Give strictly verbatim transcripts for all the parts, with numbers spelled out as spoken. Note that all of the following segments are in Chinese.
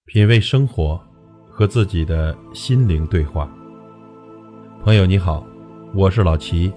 品味生活，和自己的心灵对话。朋友你好，我是老齐。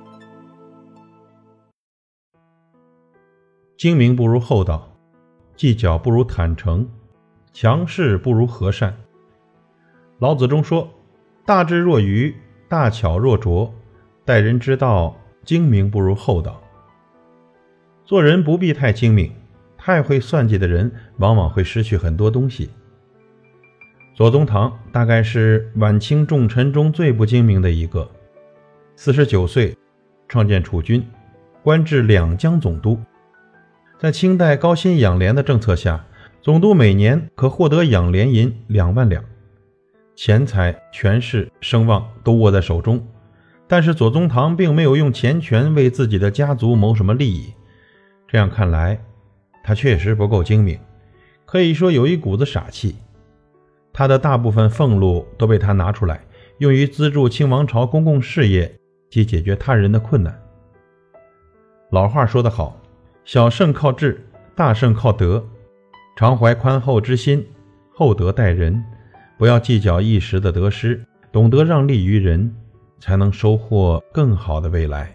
精明不如厚道，计较不如坦诚，强势不如和善。老子中说，大智若愚，大巧若拙，待人之道，精明不如厚道。做人不必太精明，太会算计的人往往会失去很多东西。左宗棠大概是晚清重臣中最不精明的一个，四十九岁创建储军，官至两江总督。在清代高薪养廉的政策下，总督每年可获得养廉银两万两，钱财、权势、声望都握在手中。但是左宗棠并没有用钱权为自己的家族谋什么利益，这样看来，他确实不够精明，可以说有一股子傻气。他的大部分俸禄都被他拿出来，用于资助清王朝公共事业及解决他人的困难。老话说得好，小胜靠智，大胜靠德。常怀宽厚之心，厚德待人，不要计较一时的得失，懂得让利于人，才能收获更好的未来。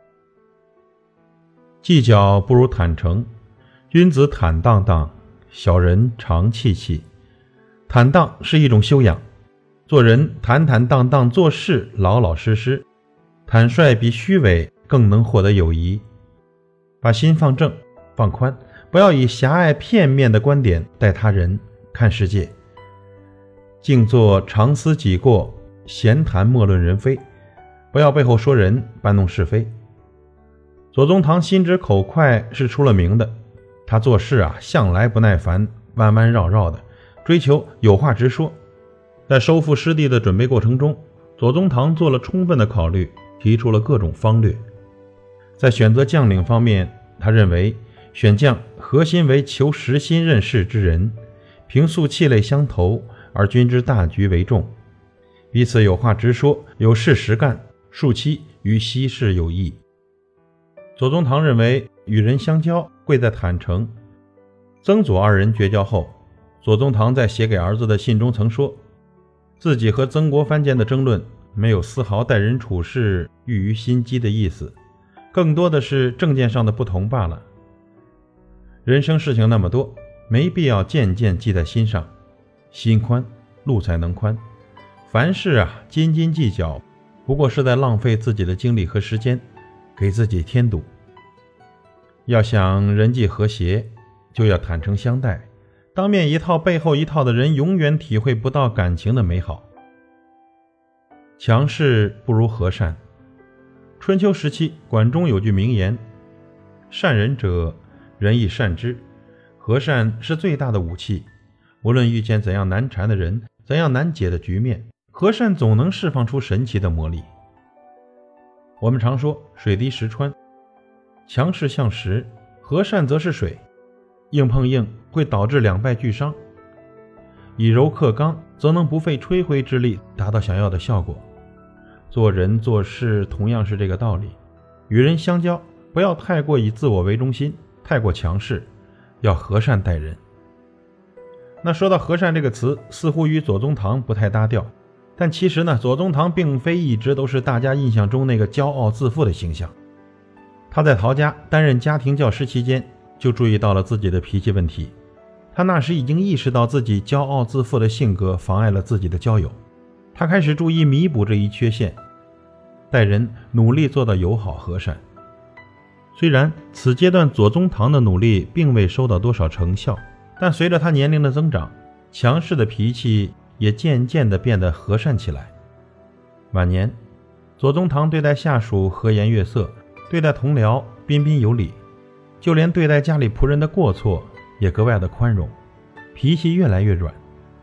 计较不如坦诚，君子坦荡荡，小人长戚戚。坦荡是一种修养，做人坦坦荡荡，做事老老实实。坦率比虚伪更能获得友谊。把心放正放宽，不要以狭隘片面的观点待他人看世界。静坐常思己过，闲谈莫论人非，不要背后说人，搬弄是非。左宗棠心直口快是出了名的，他做事啊向来不耐烦，弯弯绕绕的，追求有话直说。在收复失地的准备过程中，左宗棠做了充分的考虑，提出了各种方略。在选择将领方面，他认为选将核心为求实心任事之人，平素气类相投，而君之大局为重，彼此有话直说，有事实干，庶戚与息事有益。左宗棠认为与人相交贵在坦诚。曾左二人绝交后，左宗棠在写给儿子的信中曾说，自己和曾国藩间的争论没有丝毫待人处事寓于心机的意思，更多的是政见上的不同罢了。人生事情那么多，没必要件件记在心上，心宽路才能宽。凡事啊斤斤计较，不过是在浪费自己的精力和时间，给自己添堵。要想人际和谐，就要坦诚相待，当面一套背后一套的人永远体会不到感情的美好。强势不如和善。春秋时期，管仲有句名言，善人者，人亦善之。和善是最大的武器，无论遇见怎样难缠的人，怎样难解的局面，和善总能释放出神奇的魔力。我们常说水滴石穿，强势像石，和善则是水，硬碰硬会导致两败俱伤，以柔克刚则能不费吹灰之力达到想要的效果。做人做事同样是这个道理，与人相交不要太过以自我为中心，太过强势，要和善待人。那说到和善这个词，似乎与左宗棠不太搭调，但其实呢，左宗棠并非一直都是大家印象中那个骄傲自负的形象。他在陶家担任家庭教师期间，就注意到了自己的脾气问题。他那时已经意识到自己骄傲自负的性格妨碍了自己的交友，他开始注意弥补这一缺陷，待人努力做到友好和善。虽然此阶段左宗棠的努力并未收到多少成效，但随着他年龄的增长，强势的脾气也渐渐地变得和善起来。晚年，左宗棠对待下属和颜悦色，对待同僚彬彬有礼，就连对待家里仆人的过错也格外的宽容，脾气越来越软。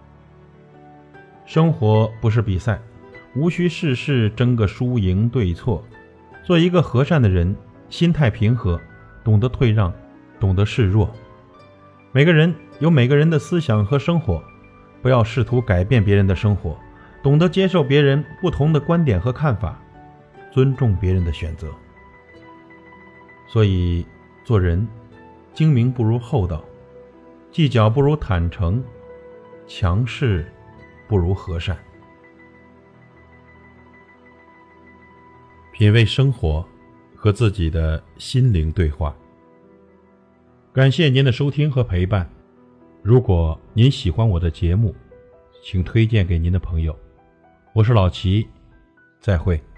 生活不是比赛，无需事事争个输赢对错。做一个和善的人，心态平和，懂得退让，懂得示弱。每个人有每个人的思想和生活，不要试图改变别人的生活，懂得接受别人不同的观点和看法，尊重别人的选择。所以做人，精明不如厚道，计较不如坦诚， 强势不如和善。品味生活，和自己的心灵对话。感谢您的收听和陪伴。如果您喜欢我的节目，请推荐给您的朋友。我是老齐，再会。